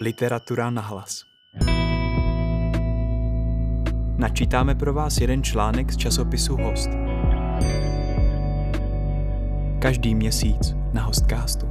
Literatura na hlas. Načítáme pro vás jeden článek z časopisu Host. Každý měsíc na Hostcastu.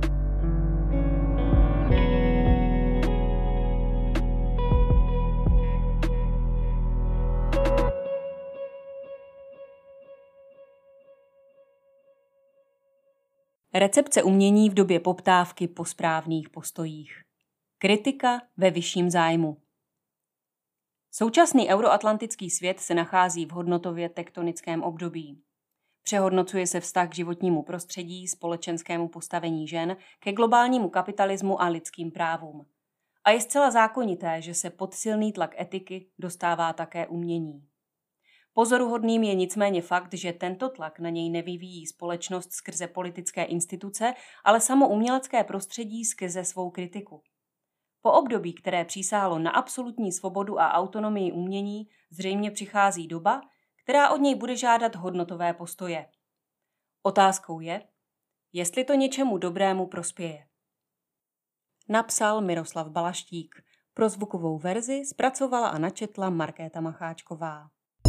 Recepce umění v době poptávky po správných postojích. Kritika ve vyšším zájmu. Současný euroatlantický svět se nachází v hodnotově tektonickém období. Přehodnocuje se vztah k životnímu prostředí, společenskému postavení žen, ke globálnímu kapitalismu a lidským právům. A je zcela zákonité, že se pod silný tlak etiky dostává také umění. Pozoruhodným je nicméně fakt, že tento tlak na něj nevyvíjí společnost skrze politické instituce, ale samo umělecké prostředí skrze svou kritiku. Po období, které přísáhlo na absolutní svobodu a autonomii umění, zřejmě přichází doba, která od něj bude žádat hodnotové postoje. Otázkou je, jestli to něčemu dobrému prospěje. Napsal Miroslav Balaštík. Pro zvukovou verzi zpracovala a načetla Markéta Macháčková.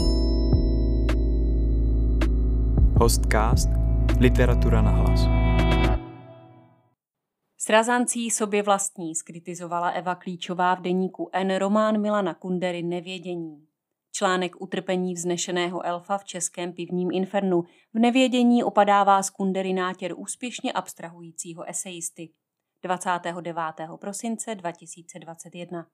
Hostcast. Literatura na hlas. S razancí sobě vlastní skritizovala Eva Klíčová v deníku N román Milana Kundery Nevědění. Článek Utrpení vznešeného elfa v českém pivním infernu. V Nevědění opadává z Kundery nátěr úspěšně abstrahujícího esejisty. 29. prosince 2021.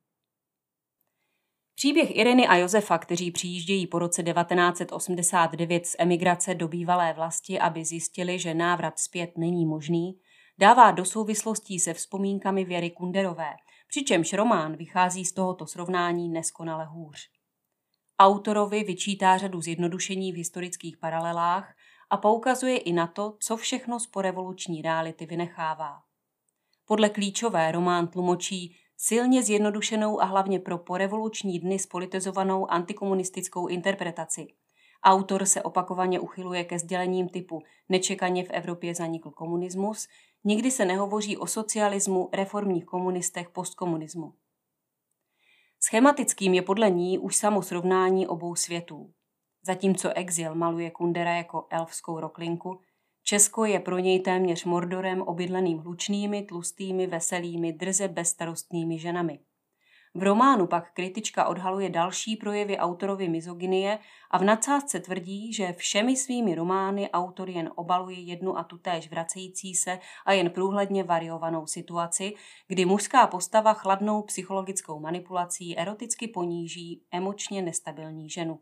Příběh Ireny a Josefa, kteří přijíždějí po roce 1989 z emigrace do bývalé vlasti, aby zjistili, že návrat zpět není možný, dává do souvislostí se vzpomínkami Věry Kunderové, přičemž román vychází z tohoto srovnání neskonale hůř. Autorovi vyčítá řadu zjednodušení v historických paralelách a poukazuje i na to, co všechno z porevoluční reality vynechává. Podle Klíčové román tlumočí silně zjednodušenou a hlavně pro porevoluční dny spolitizovanou antikomunistickou interpretaci. Autor se opakovaně uchyluje ke sdělením typu nečekaně v Evropě zanikl komunismus, nikdy se nehovoří o socialismu, reformních komunistech, postkomunismu. Schematickým je podle ní už samo srovnání obou světů. Zatímco exil maluje Kundera jako elfskou roklinku, Česko je pro něj téměř Mordorem obydleným hlučnými, tlustými, veselými, drze bezstarostnými ženami. V románu pak kritička odhaluje další projevy autorovy mizogynie a v nadsázce tvrdí, že všemi svými romány autor jen obaluje jednu a tutéž vracející se a jen průhledně variovanou situaci, kdy mužská postava chladnou psychologickou manipulací eroticky poníží emočně nestabilní ženu.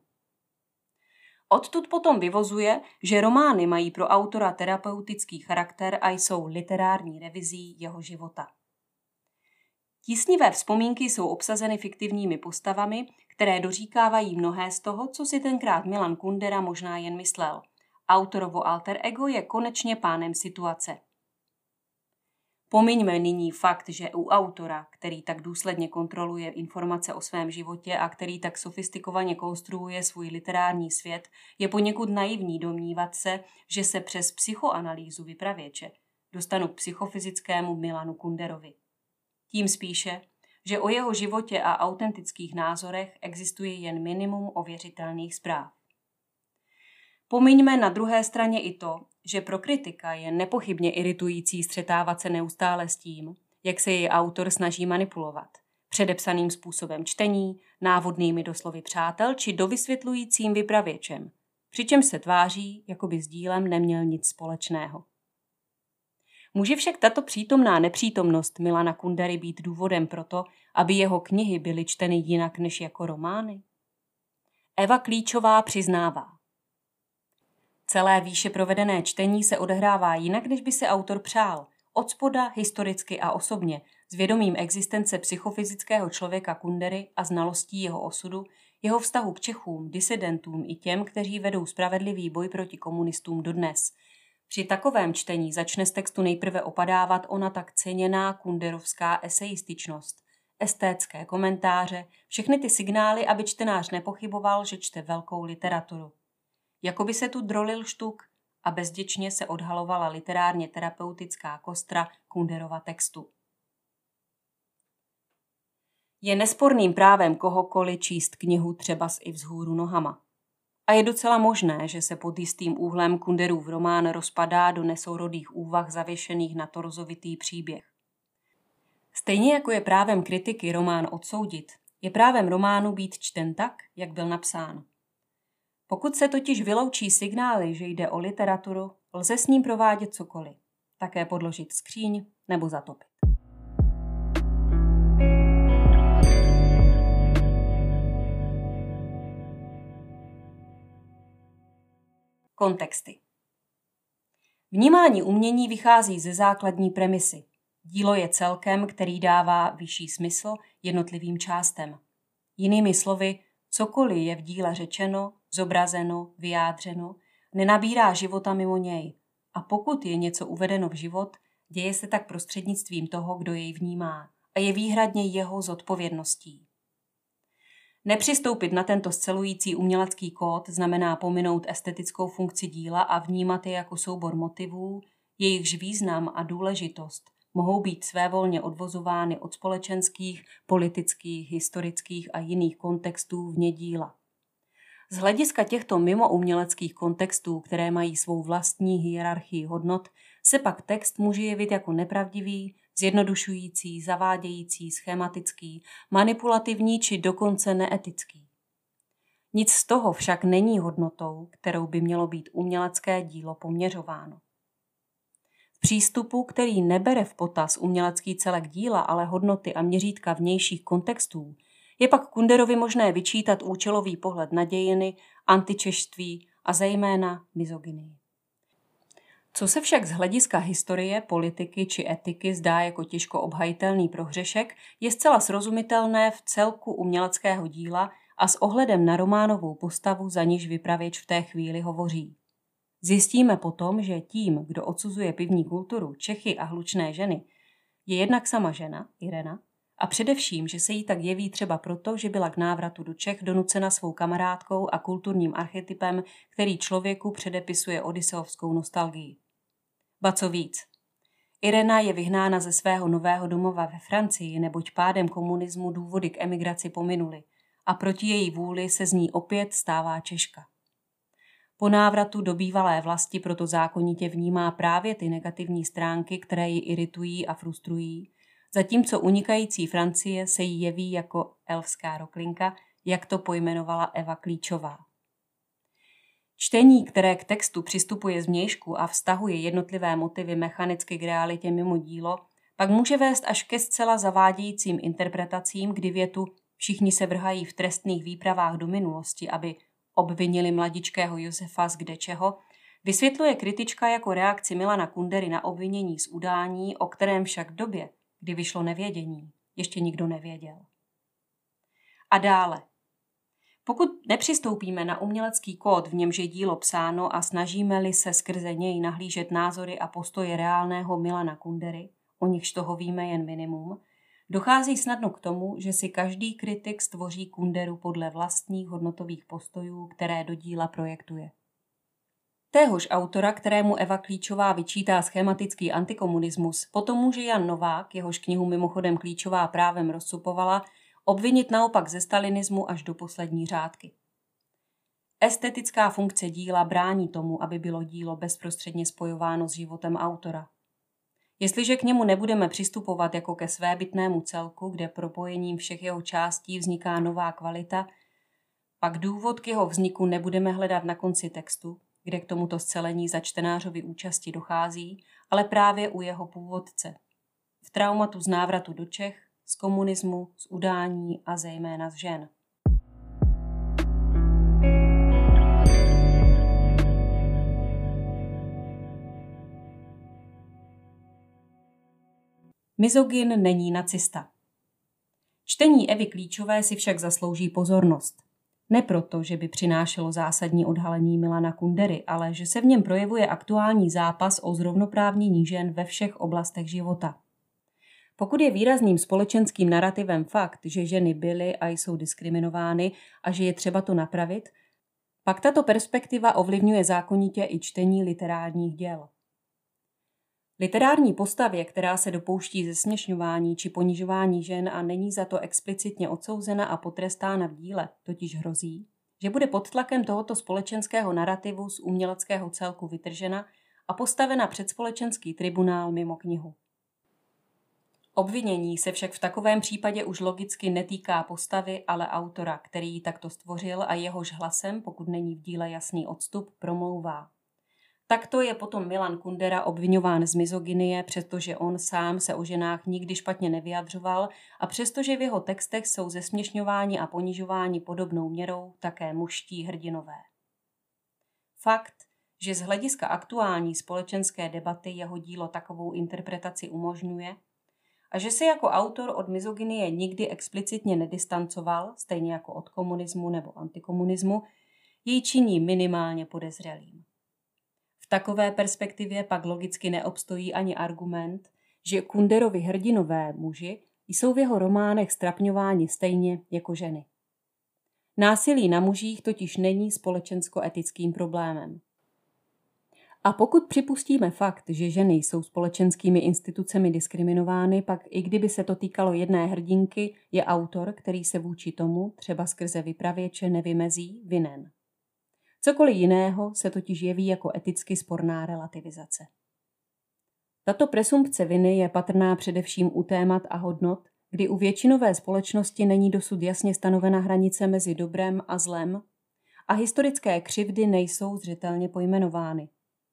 Odtud potom vyvozuje, že romány mají pro autora terapeutický charakter a jsou literární revizí jeho života. Tísnivé vzpomínky jsou obsazeny fiktivními postavami, které doříkávají mnohé z toho, co si tenkrát Milan Kundera možná jen myslel. Autorovo alter ego je konečně pánem situace. Pomiňme nyní fakt, že u autora, který tak důsledně kontroluje informace o svém životě a který tak sofistikovaně konstruuje svůj literární svět, je poněkud naivní domnívat se, že se přes psychoanalýzu vypravěče dostanu k psychofyzickému Milanu Kunderovi. Tím spíše, že o jeho životě a autentických názorech existuje jen minimum ověřitelných zpráv. Pomiňme na druhé straně i to, že pro kritika je nepochybně iritující střetávat se neustále s tím, jak se jej autor snaží manipulovat. Předepsaným způsobem čtení, návodnými doslovy přátel či dovysvětlujícím vypravěčem, přičemž se tváří, jako by s dílem neměl nic společného. Může však tato přítomná nepřítomnost Milana Kundery být důvodem pro to, aby jeho knihy byly čteny jinak než jako romány? Eva Klíčová přiznává. Celé výše provedené čtení se odehrává jinak, než by se autor přál, odspoda, historicky a osobně, s vědomím existence psychofyzického člověka Kundery a znalostí jeho osudu, jeho vztahu k Čechům, disidentům i těm, kteří vedou spravedlivý boj proti komunistům dodnes. Při takovém čtení začne z textu nejprve opadávat ona tak ceněná kunderovská eseističnost, estétské komentáře, všechny ty signály, aby čtenář nepochyboval, že čte velkou literaturu. Jakoby se tu drolil štuk a bezděčně se odhalovala literárně terapeutická kostra Kunderova textu. Je nesporným právem kohokoliv číst knihu třebas i vzhůru nohama. A je docela možné, že se pod jistým úhlem Kunderův román rozpadá do nesourodých úvah zavěšených na torzovitý příběh. Stejně jako je právem kritiky román odsoudit, je právem románu být čten tak, jak byl napsán. Pokud se totiž vyloučí signály, že jde o literaturu, lze s ním provádět cokoliv. Také podložit skříň nebo zatopit. Kontexty. Vnímání umění vychází ze základní premisy. Dílo je celkem, který dává vyšší smysl jednotlivým částem. Jinými slovy, cokoliv je v díle řečeno, zobrazeno, vyjádřeno, nenabírá života mimo něj. A pokud je něco uvedeno v život, děje se tak prostřednictvím toho, kdo jej vnímá a je výhradně jeho zodpovědností. Nepřistoupit na tento scelující umělecký kód znamená pominout estetickou funkci díla a vnímat je jako soubor motivů, jejichž význam a důležitost mohou být svévolně odvozovány od společenských, politických, historických a jiných kontextů vně díla. Z hlediska těchto mimouměleckých kontextů, které mají svou vlastní hierarchii hodnot, se pak text může jevit jako nepravdivý, zjednodušující, zavádějící, schematický, manipulativní či dokonce neetický. Nic z toho však není hodnotou, kterou by mělo být umělecké dílo poměřováno. V přístupu, který nebere v potaz umělecký celek díla, ale hodnoty a měřítka vnějších kontextů, je pak Kunderovi možné vyčítat účelový pohled na dějiny, antičešství a zejména mizogynii. Co se však z hlediska historie, politiky či etiky zdá jako těžko obhajitelný prohřešek, je zcela srozumitelné v celku uměleckého díla a s ohledem na románovou postavu, za níž vypravěč v té chvíli hovoří. Zjistíme potom, že tím, kdo odsuzuje pivní kulturu, Čechy a hlučné ženy, je jednak sama žena, Irena, a především, že se jí tak jeví třeba proto, že byla k návratu do Čech donucena svou kamarádkou a kulturním archetypem, který člověku předepisuje odiseovskou nostalgii. Ba co víc. Irena je vyhnána ze svého nového domova ve Francii, neboť pádem komunismu důvody k emigraci pominuly a proti její vůli se z ní opět stává Češka. Po návratu do bývalé vlasti proto zákonitě vnímá právě ty negativní stránky, které ji iritují a frustrují, zatímco unikající Francie se jí jeví jako elfská roklinka, jak to pojmenovala Eva Klíčová. Čtení, které k textu přistupuje zvnějšku a vztahuje jednotlivé motivy mechanicky k realitě mimo dílo, pak může vést až ke zcela zavádějícím interpretacím, kdy větu všichni se vrhají v trestných výpravách do minulosti, aby obvinili mladičkého Josefa z kdečeho, vysvětluje kritička jako reakci Milana Kundery na obvinění z udání, o kterém však v době, kdy vyšlo nevědění, ještě nikdo nevěděl. A dále. Pokud nepřistoupíme na umělecký kód, v němž je dílo psáno a snažíme-li se skrze něj nahlížet názory a postoje reálného Milana Kundery, o nichž toho víme jen minimum, dochází snadno k tomu, že si každý kritik stvoří Kunderu podle vlastních hodnotových postojů, které do díla projektuje. Téhož autora, kterému Eva Klíčová vyčítá schematický antikomunismus, potom může Jan Novák, jehož knihu mimochodem Klíčová právem rozcupovala, obvinit naopak ze stalinismu až do poslední řádky. Estetická funkce díla brání tomu, aby bylo dílo bezprostředně spojováno s životem autora. Jestliže k němu nebudeme přistupovat jako ke svébytnému celku, kde propojením všech jeho částí vzniká nová kvalita, pak důvod k jeho vzniku nebudeme hledat na konci textu, kde k tomuto scelení za čtenářovy účasti dochází, ale právě u jeho původce. V traumatu z návratu do Čech, z komunismu, z udání a zejména z žen. Mizogyn není nacista. Čtení Evy Klíčové si však zaslouží pozornost. Ne proto, že by přinášelo zásadní odhalení Milana Kundery, ale že se v něm projevuje aktuální zápas o zrovnoprávnění žen ve všech oblastech života. Pokud je výrazným společenským narativem fakt, že ženy byly a jsou diskriminovány a že je třeba to napravit, pak tato perspektiva ovlivňuje zákonitě i čtení literárních děl. Literární postavě, která se dopouští zesměšňování či ponižování žen a není za to explicitně odsouzena a potrestána v díle, totiž hrozí, že bude pod tlakem tohoto společenského narrativu z uměleckého celku vytržena a postavena před společenský tribunál mimo knihu. Obvinění se však v takovém případě už logicky netýká postavy, ale autora, který ji takto stvořil a jehož hlasem, pokud není v díle jasný odstup, promlouvá. Takto je potom Milan Kundera obviňován z mizogynie, přestože on sám se o ženách nikdy špatně nevyjadřoval a přestože v jeho textech jsou zesměšňováni a ponižováni podobnou měrou také mužští hrdinové. Fakt, že z hlediska aktuální společenské debaty jeho dílo takovou interpretaci umožňuje a že se jako autor od mizogynie nikdy explicitně nedistancoval, stejně jako od komunismu nebo antikomunismu, jej činí minimálně podezřelým. V takové perspektivě pak logicky neobstojí ani argument, že Kunderovi hrdinové muži jsou v jeho románech ztrapňováni stejně jako ženy. Násilí na mužích totiž není společensko-etickým problémem. A pokud připustíme fakt, že ženy jsou společenskými institucemi diskriminovány, pak i kdyby se to týkalo jedné hrdinky, je autor, který se vůči tomu, třeba skrze vypravěče, nevymezí, vinen. Cokoliv jiného se totiž jeví jako eticky sporná relativizace. Tato presumpce viny je patrná především u témat a hodnot, kdy u většinové společnosti není dosud jasně stanovena hranice mezi dobrem a zlem a historické křivdy nejsou zřetelně pojmenovány.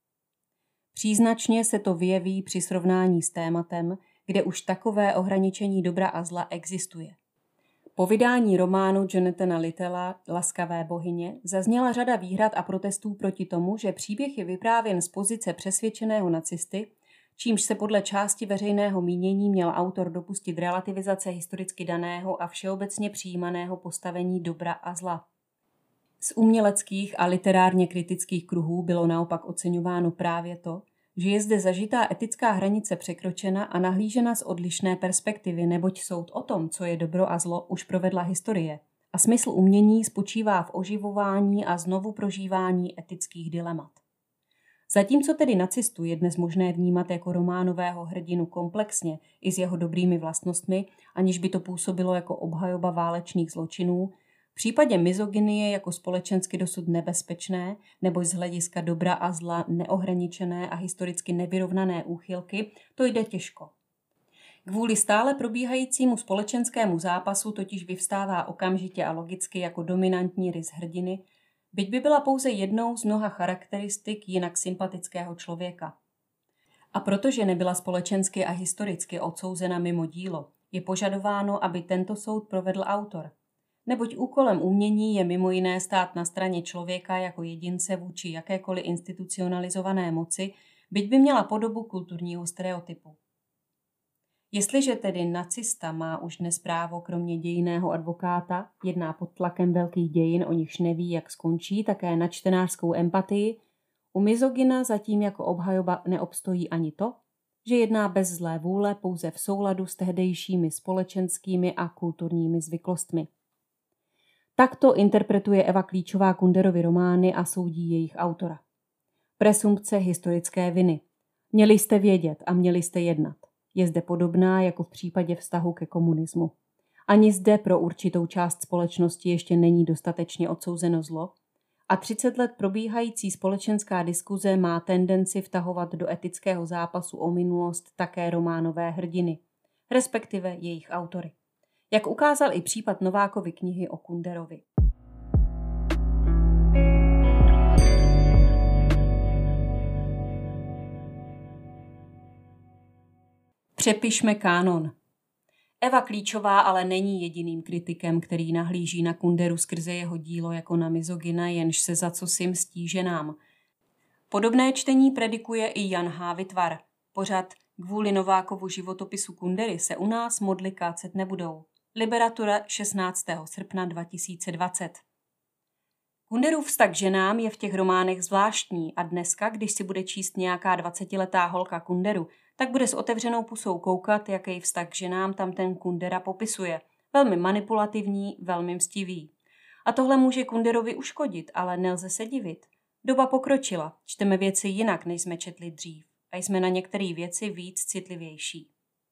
Příznačně se to vyjeví při srovnání s tématem, kde už takové ohraničení dobra a zla existuje. Po vydání románu Jonathana Littella Laskavé bohyně zazněla řada výhrad a protestů proti tomu, že příběh je vyprávěn z pozice přesvědčeného nacisty, čímž se podle části veřejného mínění měl autor dopustit relativizace historicky daného a všeobecně přijímaného postavení dobra a zla. Z uměleckých a literárně kritických kruhů bylo naopak oceňováno právě to, že je zde zažitá etická hranice překročena a nahlížena z odlišné perspektivy, neboť soud o tom, co je dobro a zlo, už provedla historie. A smysl umění spočívá v oživování a znovu prožívání etických dilemat. Zatímco tedy nacistu je dnes možné vnímat jako románového hrdinu komplexně i s jeho dobrými vlastnostmi, aniž by to působilo jako obhajoba válečných zločinů, v případě mizogynie jako společensky dosud nebezpečné, nebo z hlediska dobra a zla neohraničené a historicky nevyrovnané úchylky, to jde těžko. Kvůli stále probíhajícímu společenskému zápasu totiž vyvstává okamžitě a logicky jako dominantní rys hrdiny, byť by byla pouze jednou z mnoha charakteristik jinak sympatického člověka. A protože nebyla společensky a historicky odsouzena mimo dílo, je požadováno, aby tento soud provedl autor. Neboť úkolem umění je mimo jiné stát na straně člověka jako jedince vůči jakékoliv institucionalizované moci, byť by měla podobu kulturního stereotypu. Jestliže tedy nacista má už dnes právo kromě dějinného advokáta, jedná pod tlakem velkých dějin, o nichž neví, jak skončí, také na čtenářskou empatii, u mizogyna zatím jako obhajoba neobstojí ani to, že jedná bez zlé vůle pouze v souladu s tehdejšími společenskými a kulturními zvyklostmi. Takto interpretuje Eva Klíčová Kunderovy romány a soudí jejich autora. Presumpce historické viny. Měli jste vědět a měli jste jednat. Je zde podobná jako v případě vztahu ke komunismu. Ani zde pro určitou část společnosti ještě není dostatečně odsouzeno zlo a 30 let probíhající společenská diskuze má tendenci vtahovat do etického zápasu o minulost také románové hrdiny, respektive jejich autory. Jak ukázal i případ Novákovy knihy o Kunderovi. Přepišme kánon. Eva Klíčová ale není jediným kritikem, který nahlíží na Kunderu skrze jeho dílo jako na mizogyna, jenž se za co si mstí ženám. Podobné čtení predikuje i Jan H. Vytvar. Pořad Kvůli Novákovu životopisu Kundery se u nás modly kácet nebudou. Liberatura 16. srpna 2020. Kunderův vztah k ženám je v těch románech zvláštní a dneska, když si bude číst nějaká 20letá holka Kunderu, tak bude s otevřenou pusou koukat, jaký vztah k ženám tam ten Kundera popisuje. Velmi manipulativní, velmi mstivý. A tohle může Kunderovi uškodit, ale nelze se divit. Doba pokročila, čteme věci jinak, než jsme četli dřív. a jsme na některé věci víc citlivější.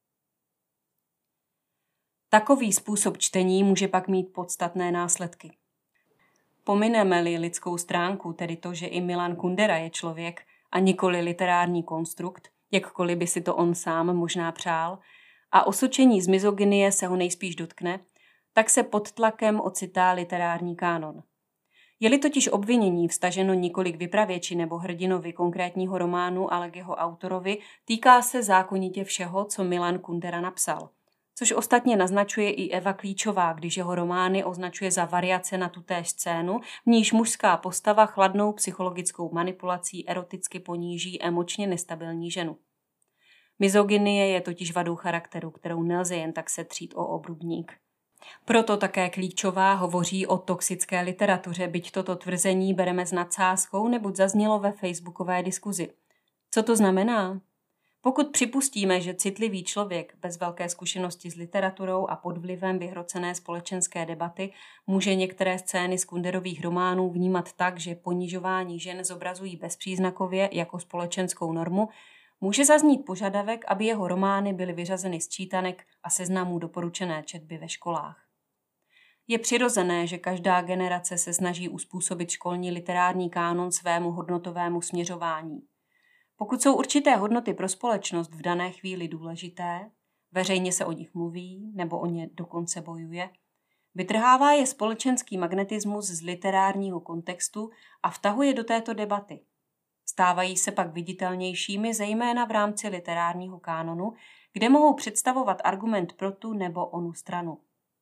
Takový způsob čtení může pak mít podstatné následky. Pomineme-li lidskou stránku, tedy to, že i Milan Kundera je člověk a nikoli literární konstrukt, jakkoliv by si to on sám možná přál, a osočení z mizogynie se ho nejspíš dotkne, tak se pod tlakem ocitá literární kánon. Je-li totiž obvinění vztaženo nikoli k vypravěči nebo hrdinovi konkrétního románu, ale k jeho autorovi, týká se zákonitě všeho, co Milan Kundera napsal. Což ostatně naznačuje i Eva Klíčová, když jeho romány označuje za variace na tutéž scénu, v níž mužská postava chladnou psychologickou manipulací eroticky poníží emočně nestabilní ženu. Mizogynie je totiž vadou charakteru, kterou nelze jen tak setřít o obrubník. Proto také Klíčová hovoří o toxické literatuře, byť toto tvrzení bereme s nadsázkou, neboť zaznělo ve facebookové diskuzi. Co to znamená? Pokud připustíme, že citlivý člověk bez velké zkušenosti s literaturou a pod vlivem vyhrocené společenské debaty může některé scény z Kunderových románů vnímat tak, že ponižování žen zobrazují bezpříznakově jako společenskou normu, může zaznít požadavek, aby jeho romány byly vyřazeny z čítanek a seznamů doporučené četby ve školách. Je přirozené, že každá generace se snaží uspůsobit školní literární kánon svému hodnotovému směřování. Pokud jsou určité hodnoty pro společnost v dané chvíli důležité, veřejně se o nich mluví nebo o ně dokonce bojuje, vytrhává je společenský magnetismus z literárního kontextu a vtahuje do této debaty. Stávají se pak viditelnějšími zejména v rámci literárního kánonu, kde mohou představovat argument pro tu nebo onu stranu.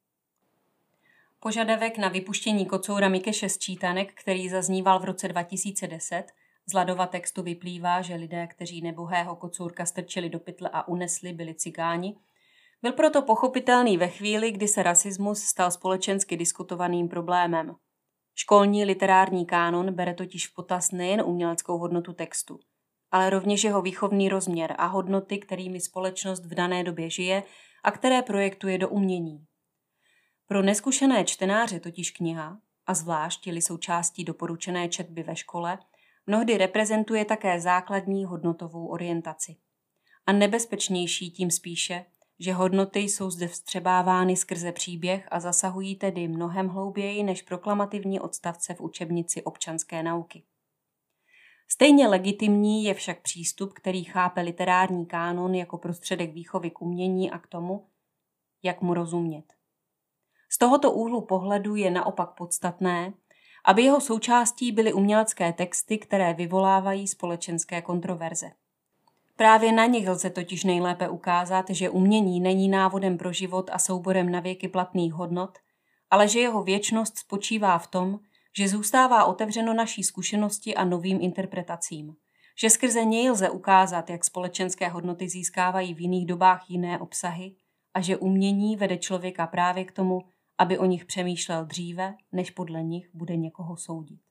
Požadavek na vypuštění Kocoura Mikeše z čítanek, který zazníval v roce 2010, z Ladova textu vyplývá, že lidé, kteří nebohého Kocourka strčili do pytle a unesli, byli cigáni, byl proto pochopitelný ve chvíli, kdy se rasismus stal společensky diskutovaným problémem. Školní literární kánon bere totiž v potaz nejen uměleckou hodnotu textu, ale rovněž jeho výchovný rozměr a hodnoty, kterými společnost v dané době žije a které projektuje do umění. Pro neskušené čtenáře totiž kniha, a zvlášť je-li součástí doporučené četby ve škole, mnohdy reprezentuje také základní hodnotovou orientaci. A nebezpečnější tím spíše, že hodnoty jsou zde vstřebávány skrze příběh a zasahují tedy mnohem hlouběji než proklamativní odstavce v učebnici občanské nauky. Stejně legitimní je však přístup, který chápe literární kánon jako prostředek výchovy k umění a k tomu, jak mu rozumět. Z tohoto úhlu pohledu je naopak podstatné, aby jeho součástí byly umělecké texty, které vyvolávají společenské kontroverze. Právě na nich lze totiž nejlépe ukázat, že umění není návodem pro život a souborem navěky platných hodnot, ale že jeho věčnost spočívá v tom, že zůstává otevřeno naší zkušenosti a novým interpretacím, že skrze něj lze ukázat, jak společenské hodnoty získávají v jiných dobách jiné obsahy a že umění vede člověka právě k tomu, aby o nich přemýšlel dříve, než podle nich bude někoho soudit.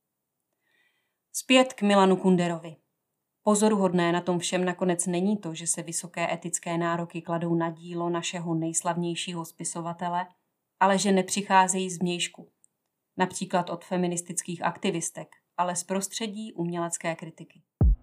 Zpět k Milanu Kunderovi. Pozoruhodné na tom všem nakonec není to, že se vysoké etické nároky kladou na dílo našeho nejslavnějšího spisovatele, ale že nepřicházejí z vnějšku. Například od feministických aktivistek, ale z prostředí umělecké kritiky.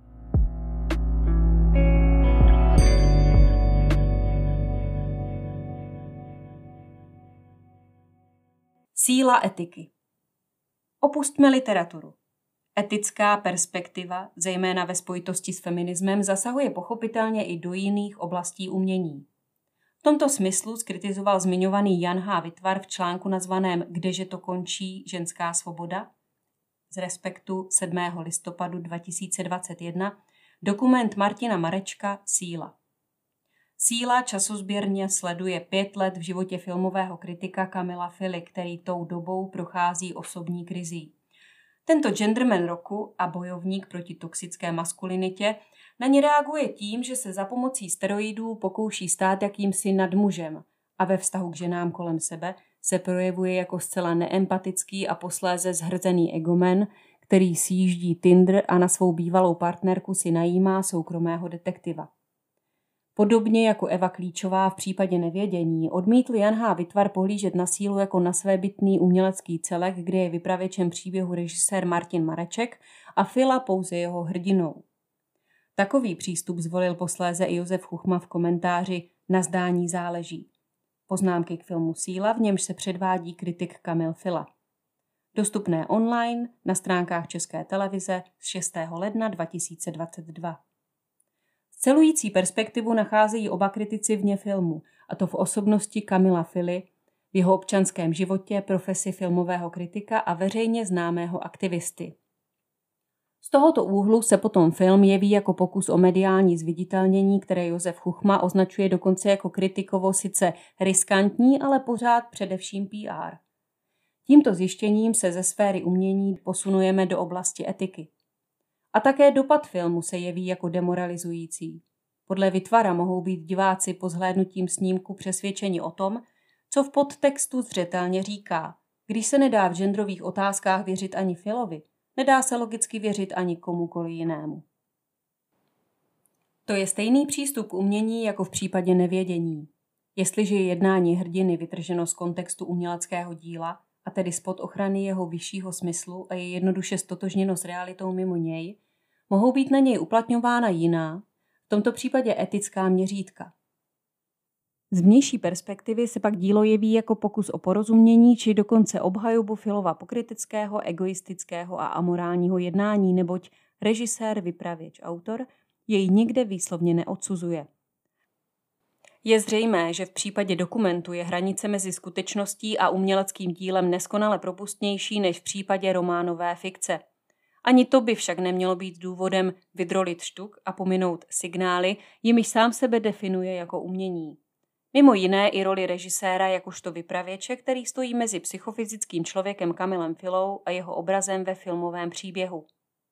Síla etiky. Opustme literaturu. Etická perspektiva, zejména ve spojitosti s feminismem, zasahuje pochopitelně i do jiných oblastí umění. V tomto smyslu zkritizoval zmiňovaný Jan H. Witwer v článku nazvaném Kdeže to končí ženská svoboda? Z Respektu 7. listopadu 2021 dokument Martina Marečka Síla. Síla časozběrně sleduje 5 let v životě filmového kritika Kamila Fily, který tou dobou prochází osobní krizí. Tento genderman roku a bojovník proti toxické maskulinitě na ně reaguje tím, že se za pomocí steroidů pokouší stát jakýmsi nadmužem a ve vztahu k ženám kolem sebe se projevuje jako zcela neempatický a posléze zhrzený egomen, který sjíždí Tinder a na svou bývalou partnerku si najímá soukromého detektiva. Podobně jako Eva Klíčová v případě Nevědění odmítl Jan H. Witwer pohlížet na sílu jako na svébytný umělecký celek, kde je vypravěčem příběhu režisér Martin Mareček a Fila pouze jeho hrdinou. Takový přístup zvolil posléze i Josef Chuchma v komentáři Na zdání záleží. Poznámky k filmu Síla, v němž se předvádí kritik Kamil Fila. Dostupné online na stránkách České televize z 6. ledna 2022. Scelující perspektivu nacházejí oba kritici vně filmu, a to v osobnosti Kamila Fily, v jeho občanském životě, profesi filmového kritika a veřejně známého aktivisty. Z tohoto úhlu se potom film jeví jako pokus o mediální zviditelnění, které Josef Chuchma označuje dokonce jako kritikovo sice riskantní, ale pořád především PR. Tímto zjištěním se ze sféry umění posunujeme do oblasti etiky. A také dopad filmu se jeví jako demoralizující. Podle Vitvara mohou být diváci po zhlédnutím snímku přesvědčeni o tom, co v podtextu zřetelně říká. Když se nedá v genderových otázkách věřit ani Filovi, nedá se logicky věřit ani komukoli jinému. To je stejný přístup k umění jako v případě nevědění. Jestliže je jednání hrdiny vytrženo z kontextu uměleckého díla, a tedy spod ochrany jeho vyššího smyslu a je jednoduše stotožněno s realitou mimo něj, mohou být na něj uplatňována jiná, v tomto případě etická měřítka. Z vnější perspektivy se pak dílo jeví jako pokus o porozumění či dokonce obhajobu Filova pokryteckého, egoistického a amorálního jednání, neboť režisér, vypravěč, autor jej nikde výslovně neodsuzuje. Je zřejmé, že v případě dokumentu je hranice mezi skutečností a uměleckým dílem neskonale propustnější než v případě románové fikce. Ani to by však nemělo být důvodem vydrolit štuk a pominout signály, jimiž sám sebe definuje jako umění. Mimo jiné i roli režiséra jakožto vypravěče, který stojí mezi psychofyzickým člověkem Kamilem Filou a jeho obrazem ve filmovém příběhu.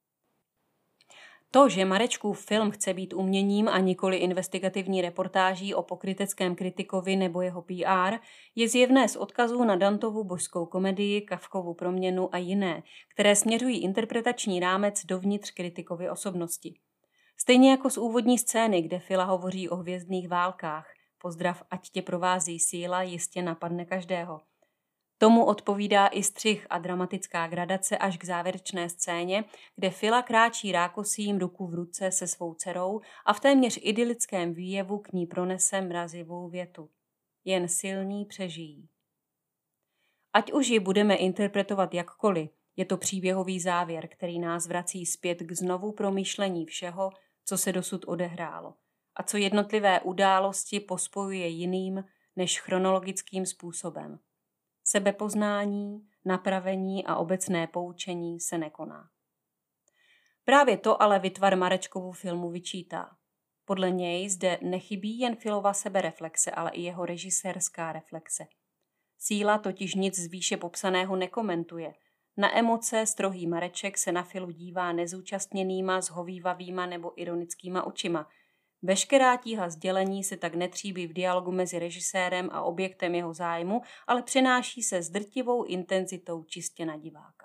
To, že Marečkův film chce být uměním a nikoli investigativní reportáží o pokryteckém kritikovi nebo jeho PR, je zjevné z odkazů na Dantovu božskou komedii, Kafkovu Proměnu a jiné, které směřují interpretační rámec dovnitř kritikovy osobnosti. Stejně jako z úvodní scény, kde Fila hovoří o hvězdných válkách, pozdrav, ať tě provází síla, jistě napadne každého. Tomu odpovídá i střih a dramatická gradace až k závěrečné scéně, kde Fila kráčí rákosím ruku v ruce se svou dcerou a v téměř idylickém výjevu k ní pronese mrazivou větu. Jen silní přežijí. Ať už ji budeme interpretovat jakkoliv, je to příběhový závěr, který nás vrací zpět k znovu promýšlení všeho, co se dosud odehrálo a co jednotlivé události pospojuje jiným než chronologickým způsobem. Sebepoznání, napravení a obecné poučení se nekoná. Právě to ale Vitvar Marečkovu filmu vyčítá. Podle něj zde nechybí jen Filova sebereflexe, ale i jeho režisérská reflexe. Síla totiž nic z výše popsaného nekomentuje. Na emoce strohý Mareček se na Filu dívá nezúčastněnýma, zhovívavýma nebo ironickýma očima. Veškerá tíha sdělení se tak netříbí v dialogu mezi režisérem a objektem jeho zájmu, ale přenáší se s drtivou intenzitou čistě na diváka.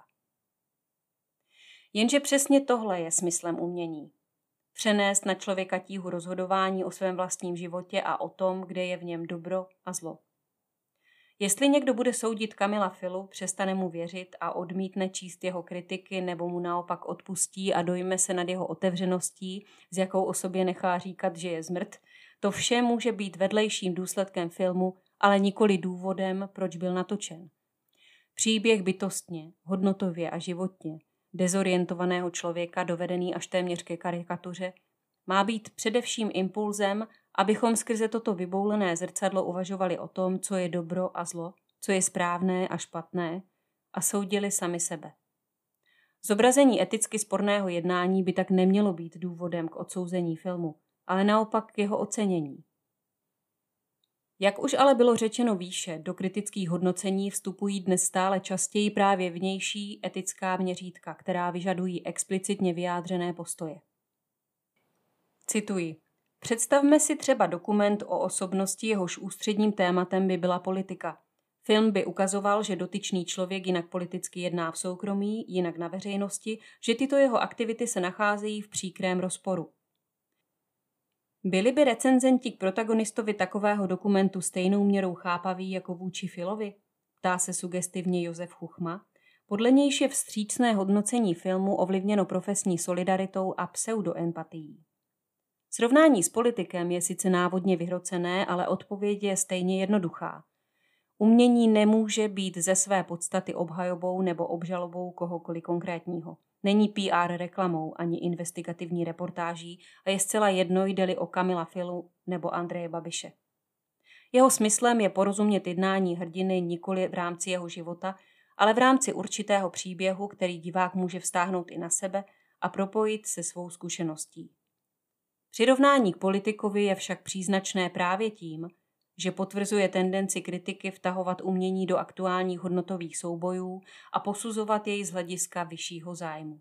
Jenže přesně tohle je smyslem umění. Přenést na člověka tíhu rozhodování o svém vlastním životě a o tom, kde je v něm dobro a zlo. Jestli někdo bude soudit Kamila Filu, přestane mu věřit a odmítne číst jeho kritiky nebo mu naopak odpustí a dojme se nad jeho otevřeností, s jakou o sobě nechá říkat, že je zmrt, to vše může být vedlejším důsledkem filmu, ale nikoli důvodem, proč byl natočen. Příběh bytostně, hodnotově a životně, dezorientovaného člověka dovedený až téměř ke karikatuře, má být především impulzem, abychom skrze toto vyboulené zrcadlo uvažovali o tom, co je dobro a zlo, co je správné a špatné, a soudili sami sebe. Zobrazení eticky sporného jednání by tak nemělo být důvodem k odsouzení filmu, ale naopak k jeho ocenění. Jak už ale bylo řečeno výše, do kritických hodnocení vstupují dnes stále častěji právě vnější etická měřítka, která vyžadují explicitně vyjádřené postoje. Cituji. Představme si třeba dokument o osobnosti, jehož ústředním tématem by byla politika. Film by ukazoval, že dotyčný člověk jinak politicky jedná v soukromí, jinak na veřejnosti, že tyto jeho aktivity se nacházejí v příkrém rozporu. Byli by recenzenti k protagonistovi takového dokumentu stejnou měrou chápaví jako vůči Filovi? Ptá se sugestivně Josef Chuchma. Podle nějž je vstřícné hodnocení filmu ovlivněno profesní solidaritou a pseudoempatií. Srovnání s politikem je sice návodně vyhrocené, ale odpověď je stejně jednoduchá. Umění nemůže být ze své podstaty obhajobou nebo obžalobou kohokoliv konkrétního. Není PR reklamou ani investigativní reportáží a je zcela jedno, jde-li o Kamila Filu nebo Andreje Babiše. Jeho smyslem je porozumět jednání hrdiny nikoli v rámci jeho života, ale v rámci určitého příběhu, který divák může vztáhnout i na sebe a propojit se svou zkušeností. Přirovnání k politikovi je však příznačné právě tím, že potvrzuje tendenci kritiky vtahovat umění do aktuálních hodnotových soubojů a posuzovat jej z hlediska vyššího zájmu.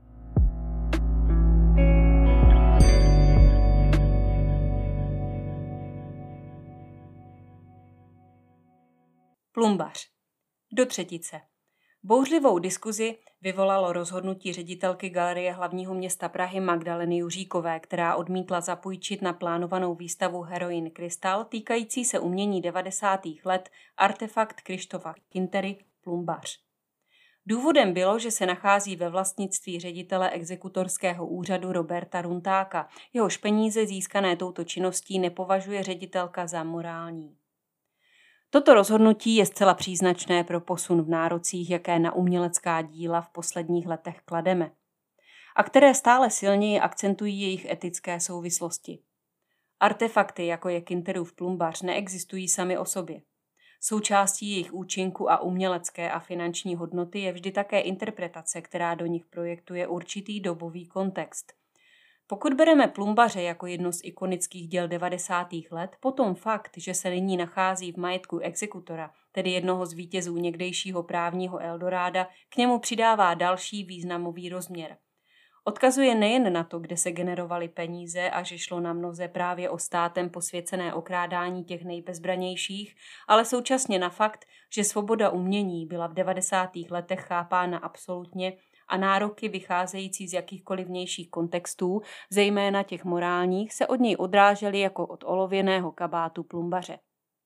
Plumbař. Do třetice. Bouřlivou diskuzi vyvolalo rozhodnutí ředitelky Galerie hlavního města Prahy Magdaleny Juříkové, která odmítla zapůjčit na plánovanou výstavu Heroin Krystal týkající se umění 90. let artefakt Krištofa Kintery Plumbař. Důvodem bylo, že se nachází ve vlastnictví ředitele exekutorského úřadu Roberta Runtáka. Jehož peníze získané touto činností nepovažuje ředitelka za morální. Toto rozhodnutí je zcela příznačné pro posun v nárocích, jaké na umělecká díla v posledních letech klademe, a které stále silněji akcentují jejich etické souvislosti. Artefakty, jako je Kinterův Plumbař, neexistují sami o sobě. Součástí jejich účinku a umělecké a finanční hodnoty je vždy také interpretace, která do nich projektuje určitý dobový kontext. Pokud bereme Plumbaře jako jedno z ikonických děl 90. let, potom fakt, že se nyní nachází v majetku exekutora, tedy jednoho z vítězů někdejšího právního Eldoráda, k němu přidává další významový rozměr. Odkazuje nejen na to, kde se generovaly peníze a že šlo na mnoze právě o státem posvěcené okrádání těch nejbezbranějších, ale současně na fakt, že svoboda umění byla v 90. letech chápána absolutně a nároky vycházející z jakýchkoliv vnějších kontextů, zejména těch morálních, se od něj odrážely jako od olověného kabátu Plumbaře.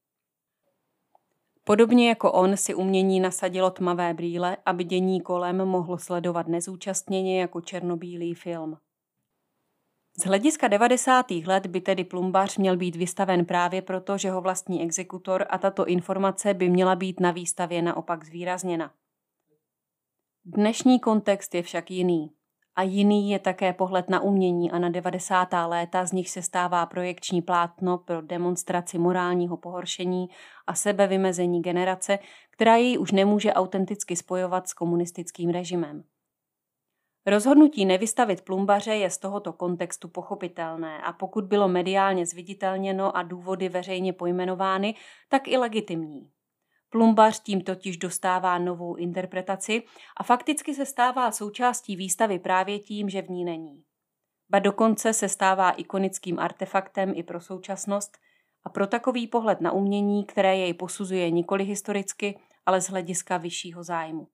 Podobně jako on si umění nasadilo tmavé brýle, aby dění kolem mohlo sledovat nezúčastněně jako černobílý film. Z hlediska 90. let by tedy Plumbař měl být vystaven právě proto, že ho vlastní exekutor, a tato informace by měla být na výstavě naopak zvýrazněna. Dnešní kontext je však jiný. A jiný je také pohled na umění a na 90. léta, z nich se stává projekční plátno pro demonstraci morálního pohoršení a sebevymezení generace, která jej už nemůže autenticky spojovat s komunistickým režimem. Rozhodnutí nevystavit Plumbaře je z tohoto kontextu pochopitelné a pokud bylo mediálně zviditelněno a důvody veřejně pojmenovány, tak i legitimní. Plumbař tím totiž dostává novou interpretaci a fakticky se stává součástí výstavy právě tím, že v ní není. Ba dokonce se stává ikonickým artefaktem i pro současnost a pro takový pohled na umění, které jej posuzuje nikoli historicky, ale z hlediska vyššího zájmu.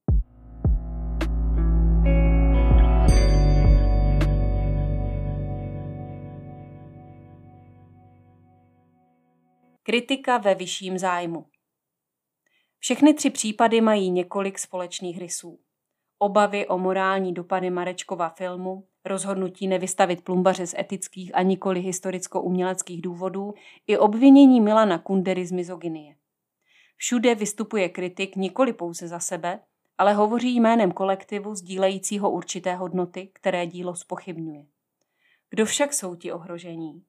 Kritika ve vyšším zájmu. Všechny tři případy mají několik společných rysů. Obavy o morální dopady Marečkova filmu, rozhodnutí nevystavit Plumbaře z etických a nikoli historicko-uměleckých důvodů i obvinění Milana Kundery z mizogynie. Všude vystupuje kritik nikoli pouze za sebe, ale hovoří jménem kolektivu sdílejícího určité hodnoty, které dílo zpochybňuje. Kdo však jsou ti ohrožení?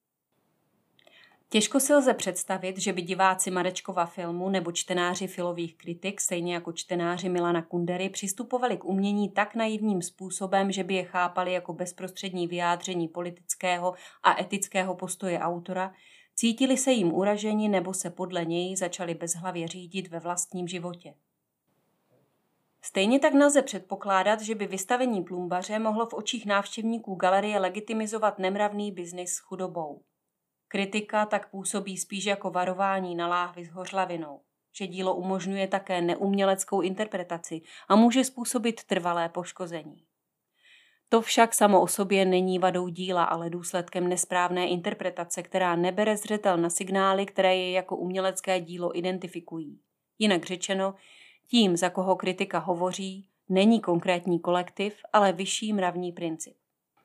Těžko si lze představit, že by diváci Marečkova filmu nebo čtenáři Filových kritik, stejně jako čtenáři Milana Kundery, přistupovali k umění tak naivním způsobem, že by je chápali jako bezprostřední vyjádření politického a etického postoje autora, cítili se jim uraženi nebo se podle něj začali bezhlavě řídit ve vlastním životě. Stejně tak nelze předpokládat, že by vystavení Plumbaře mohlo v očích návštěvníků galerie legitimizovat nemravný biznis s chudobou. Kritika tak působí spíš jako varování na láhvi s hořlavinou, že dílo umožňuje také neuměleckou interpretaci a může způsobit trvalé poškození. To však samo o sobě není vadou díla, ale důsledkem nesprávné interpretace, která nebere zřetel na signály, které je jako umělecké dílo identifikují. Jinak řečeno, tím, za koho kritika hovoří, není konkrétní kolektiv, ale vyšší mravní princip.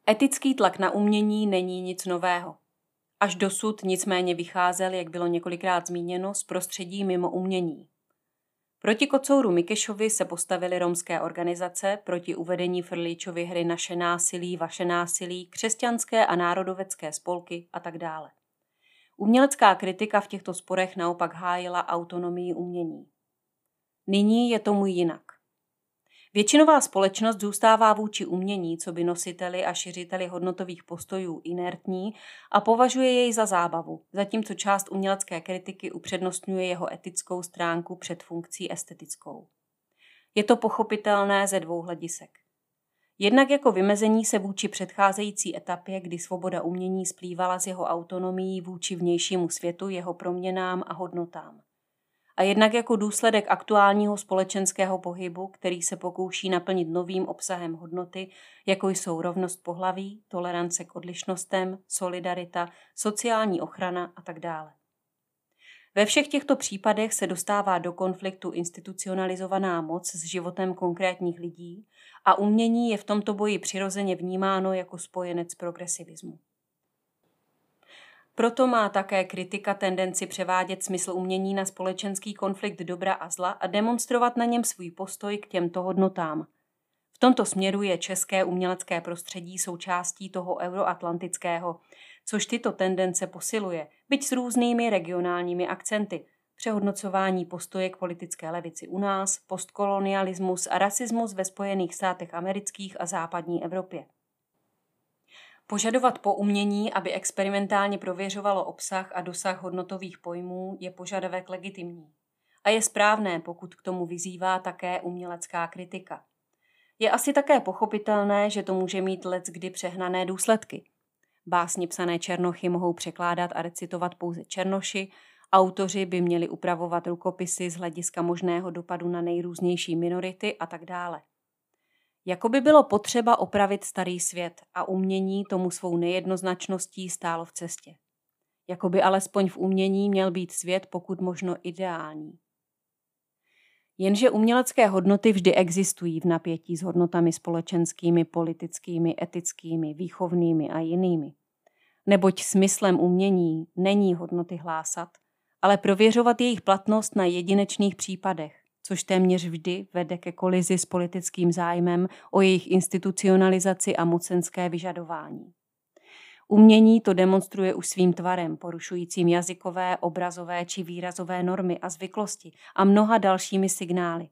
Etický tlak na umění není nic nového. Až dosud nicméně vycházel, jak bylo několikrát zmíněno, z prostředí mimo umění. Proti kocouru Mikešovi se postavily romské organizace, proti uvedení Frlíčovy hry Naše násilí, vaše násilí, křesťanské a národovecké spolky a tak dále. Umělecká kritika v těchto sporech naopak hájila autonomii umění. Nyní je tomu jinak. Většinová společnost zůstává vůči umění, co by nositeli a šiřiteli hodnotových postojů inertní a považuje jej za zábavu, zatímco část umělecké kritiky upřednostňuje jeho etickou stránku před funkcí estetickou. Je to pochopitelné ze dvou hledisek. Jednak jako vymezení se vůči předcházející etapě, kdy svoboda umění splývala s jeho autonomií vůči vnějšímu světu, jeho proměnám a hodnotám. A jednak jako důsledek aktuálního společenského pohybu, který se pokouší naplnit novým obsahem hodnoty, jako jsou rovnost pohlaví, tolerance k odlišnostem, solidarita, sociální ochrana a tak dále. Ve všech těchto případech se dostává do konfliktu institucionalizovaná moc s životem konkrétních lidí a umění je v tomto boji přirozeně vnímáno jako spojenec progresivismu. Proto má také kritika tendenci převádět smysl umění na společenský konflikt dobra a zla a demonstrovat na něm svůj postoj k těmto hodnotám. V tomto směru je české umělecké prostředí součástí toho euroatlantického, což tyto tendence posiluje, byť s různými regionálními akcenty, přehodnocování postoje k politické levici u nás, postkolonialismus a rasismus ve Spojených státech amerických a západní Evropě. Požadovat po umění, aby experimentálně prověřovalo obsah a dosah hodnotových pojmů, je požadavek legitimní. A je správné, pokud k tomu vyzývá také umělecká kritika. Je asi také pochopitelné, že to může mít leckdy přehnané důsledky. Básně psané černochy mohou překládat a recitovat pouze černoši, autoři by měli upravovat rukopisy z hlediska možného dopadu na nejrůznější minority a tak dále. Jako by bylo potřeba opravit starý svět a umění tomu svou nejednoznačností stálo v cestě. Jako by alespoň v umění měl být svět pokud možno ideální. Jenže umělecké hodnoty vždy existují v napětí s hodnotami společenskými, politickými, etickými, výchovnými a jinými. Neboť smyslem umění není hodnoty hlásat, ale prověřovat jejich platnost na jedinečných případech, což téměř vždy vede ke kolizi s politickým zájmem o jejich institucionalizaci a mocenské vyžadování. Umění to demonstruje už svým tvarem, porušujícím jazykové, obrazové či výrazové normy a zvyklosti a mnoha dalšími signály.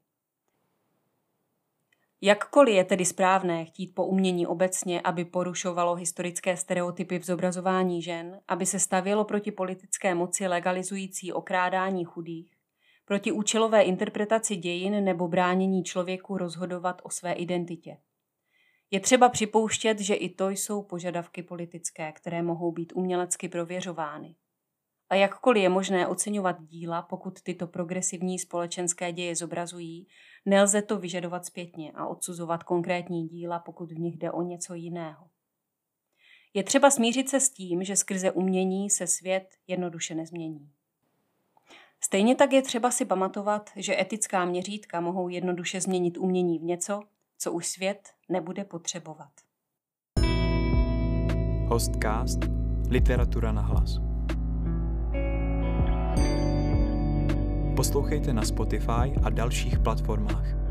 Jakkoliv je tedy správné chtít po umění obecně, aby porušovalo historické stereotypy v zobrazování žen, aby se stavělo proti politické moci legalizující okrádání chudých, proti účelové interpretaci dějin nebo bránění člověku rozhodovat o své identitě. Je třeba připouštět, že i to jsou požadavky politické, které mohou být umělecky prověřovány. A jakkoliv je možné oceňovat díla, pokud tyto progresivní společenské děje zobrazují, nelze to vyžadovat zpětně a odsuzovat konkrétní díla, pokud v nich jde o něco jiného. Je třeba smířit se s tím, že skrze umění se svět jednoduše nezmění. Stejně tak je třeba si pamatovat, že etická měřítka mohou jednoduše změnit umění v něco, co už svět nebude potřebovat. Hostcast Literatura na hlas. Poslouchejte na Spotify a dalších platformách.